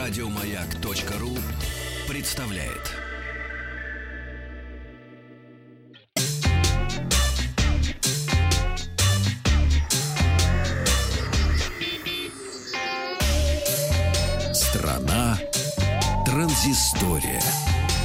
Радиомаяк.ру представляет. Страна транзистория.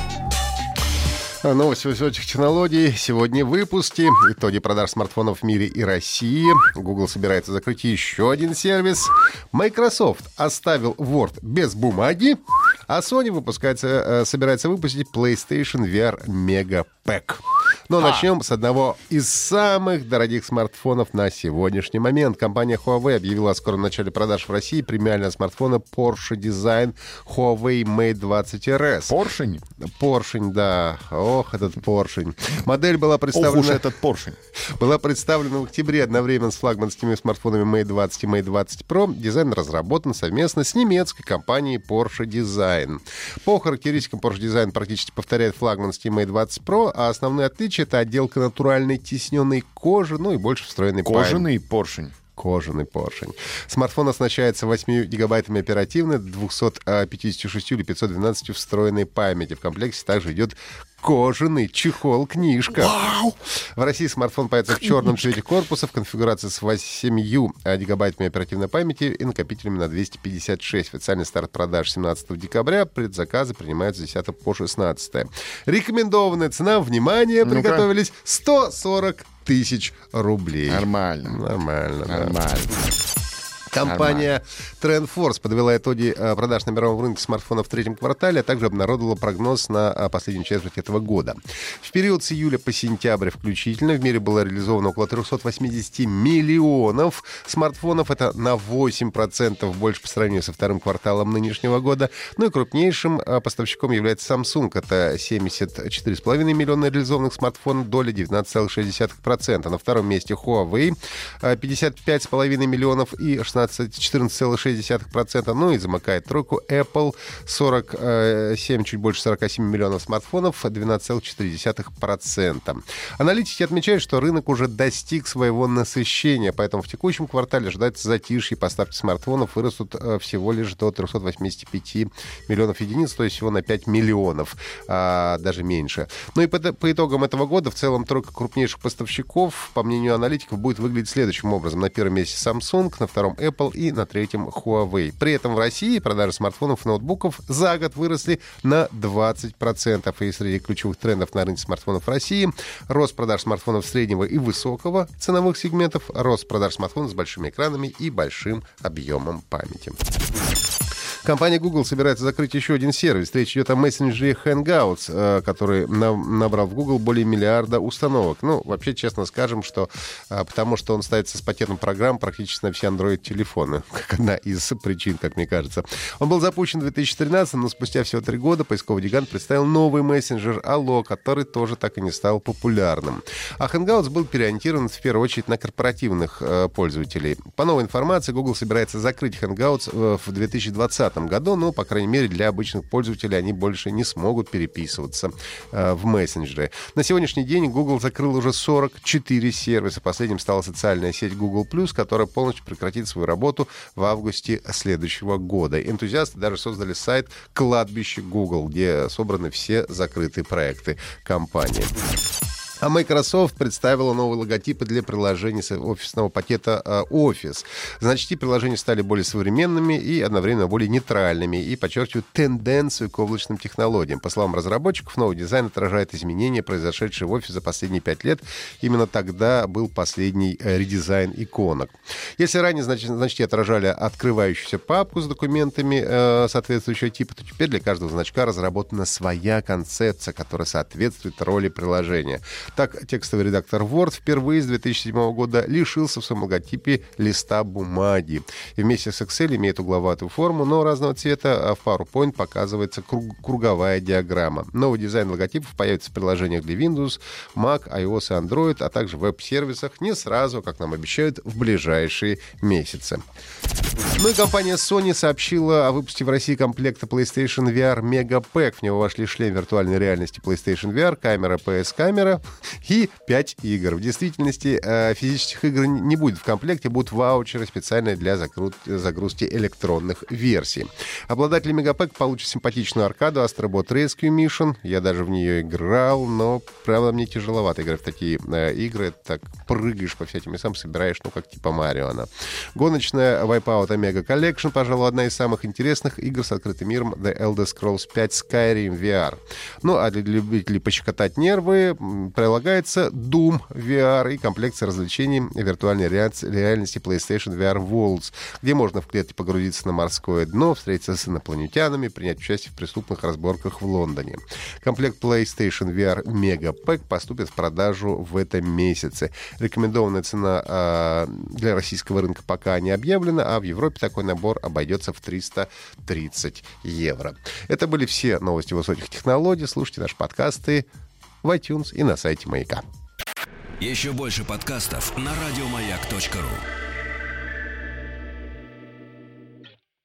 Новости высоких технологий. Сегодня в выпуске. Итоги продаж смартфонов в мире и России. Google собирается закрыть еще один сервис. Microsoft оставил Word без бумаги. А Sony собирается выпустить PlayStation VR Mega Pack. Но начнем с одного из самых дорогих смартфонов на сегодняшний момент. Компания Huawei объявила о скором начале продаж в России премиального смартфона Porsche Design Huawei Mate 20 RS. Поршень? Поршень, да. Ох, этот поршень. Модель была представлена... Ох уж этот поршень. Была представлена в октябре одновременно с флагманскими смартфонами Mate 20 и Mate 20 Pro. Дизайн разработан совместно с немецкой компанией Porsche Design. По характеристикам Porsche Design практически повторяет флагманский Mate 20 Pro, а основные отличия — это отделка натуральной тисненной кожи, ну и больше встроенный Кожаный поршень. Кожаный поршень. Смартфон оснащается 8 гигабайтами оперативной, 256 или 512 встроенной памяти. В комплекте также идет кожаный чехол-книжка. Вау! В России смартфон появится в черном цвете корпуса в конфигурации с 8 гигабайтами оперативной памяти и накопителями на 256. Официальный старт продаж 17 декабря. Предзаказы принимаются с 10 по 16. Рекомендованная цена, внимание, приготовились, 140 тысяч рублей. Нормально. Нормально, да. Нормально. Компания TrendForce подвела итоги продаж на мировом рынке смартфонов в третьем квартале, а также обнародовала прогноз на последнюю четверть этого года. В период с июля по сентябрь включительно в мире было реализовано около 380 миллионов смартфонов. Это на 8% больше по сравнению со вторым кварталом нынешнего года. Ну и крупнейшим поставщиком является Samsung. Это 74,5 миллиона реализованных смартфонов, доля 19,6%. На втором месте Huawei 55,5 миллионов и 14,6%. Ну и замыкает тройку Apple, 47, чуть больше 47 миллионов смартфонов, 12,4%. Аналитики отмечают, что рынок уже достиг своего насыщения, поэтому в текущем квартале ожидается затишье. Поставки смартфонов вырастут всего лишь до 385 миллионов единиц, то есть всего на 5 миллионов, даже меньше. Ну и по итогам этого года в целом тройка крупнейших поставщиков, по мнению аналитиков, будет выглядеть следующим образом. На первом месте Samsung, на втором Apple и на третьем Huawei. При этом в России продажи смартфонов и ноутбуков за год выросли на 20%. И среди ключевых трендов на рынке смартфонов в России — рост продаж смартфонов среднего и высокого ценовых сегментов, рост продаж смартфонов с большими экранами и большим объемом памяти. Компания Google собирается закрыть еще один сервис. Речь идет о мессенджере Hangouts, который набрал в Google более миллиарда установок. Ну, вообще, честно скажем, что потому что он ставится с пакетом программ практически на все Android-телефоны, как одна из причин, как мне кажется. Он был запущен в 2013, но спустя всего 3 года поисковый гигант представил новый мессенджер Allo, который тоже так и не стал популярным. А Hangouts был переориентирован в первую очередь на корпоративных пользователей. По новой информации, Google собирается закрыть Hangouts в 2020 году, но, по крайней мере, для обычных пользователей они больше не смогут переписываться в мессенджеры. На сегодняшний день Google закрыл уже 44 сервиса. Последним стала социальная сеть Google+, которая полностью прекратит свою работу в августе следующего года. Энтузиасты даже создали сайт «Кладбище Google», где собраны все закрытые проекты компании. А Microsoft представила новые логотипы для приложений офисного пакета Office. Значки приложений стали более современными и одновременно более нейтральными и подчеркивают тенденцию к облачным технологиям. По словам разработчиков, новый дизайн отражает изменения, произошедшие в Office за последние 5 лет. Именно тогда был последний редизайн иконок. Если ранее значки отражали открывающуюся папку с документами соответствующего типа, то теперь для каждого значка разработана своя концепция, которая соответствует роли приложения. Так, текстовый редактор Word впервые с 2007 года лишился в своем логотипе листа бумаги. И вместе с Excel имеет угловатую форму, но разного цвета, а в PowerPoint показывается круговая диаграмма. Новый дизайн логотипов появится в приложениях для Windows, Mac, iOS и Android, а также в веб-сервисах не сразу, как нам обещают, в ближайшие месяцы. Ну и компания Sony сообщила о выпуске в России комплекта PlayStation VR Mega Pack. В него вошли шлем виртуальной реальности PlayStation VR, камера PS-камера, и 5 игр. В действительности физических игр не будет в комплекте, будут ваучеры специальные для загрузки электронных версий. Обладатели Мегапэк получат симпатичную аркаду Astrobot Rescue Mission. Я даже в нее играл, но, правда, мне тяжеловато играть в такие игры. Так прыгаешь по всяким местам, собираешь, как типа Марио она. Гоночная Wipeout Omega Collection, пожалуй, одна из самых интересных игр с открытым миром The Elder Scrolls 5 Skyrim VR. Ну, а для любителей пощекотать нервы прилагается Doom VR и комплекция развлечений виртуальной реальности PlayStation VR Worlds, где можно в клетке погрузиться на морское дно, встретиться с инопланетянами, принять участие в преступных разборках в Лондоне. Комплект PlayStation VR Mega Pack поступит в продажу в этом месяце. Рекомендованная цена для российского рынка пока не объявлена, а в Европе такой набор обойдется в 330 евро. Это были все новости высоких технологий. Слушайте наши подкасты в iTunes и на сайте Маяка. Еще больше подкастов на радиомаяк.ру.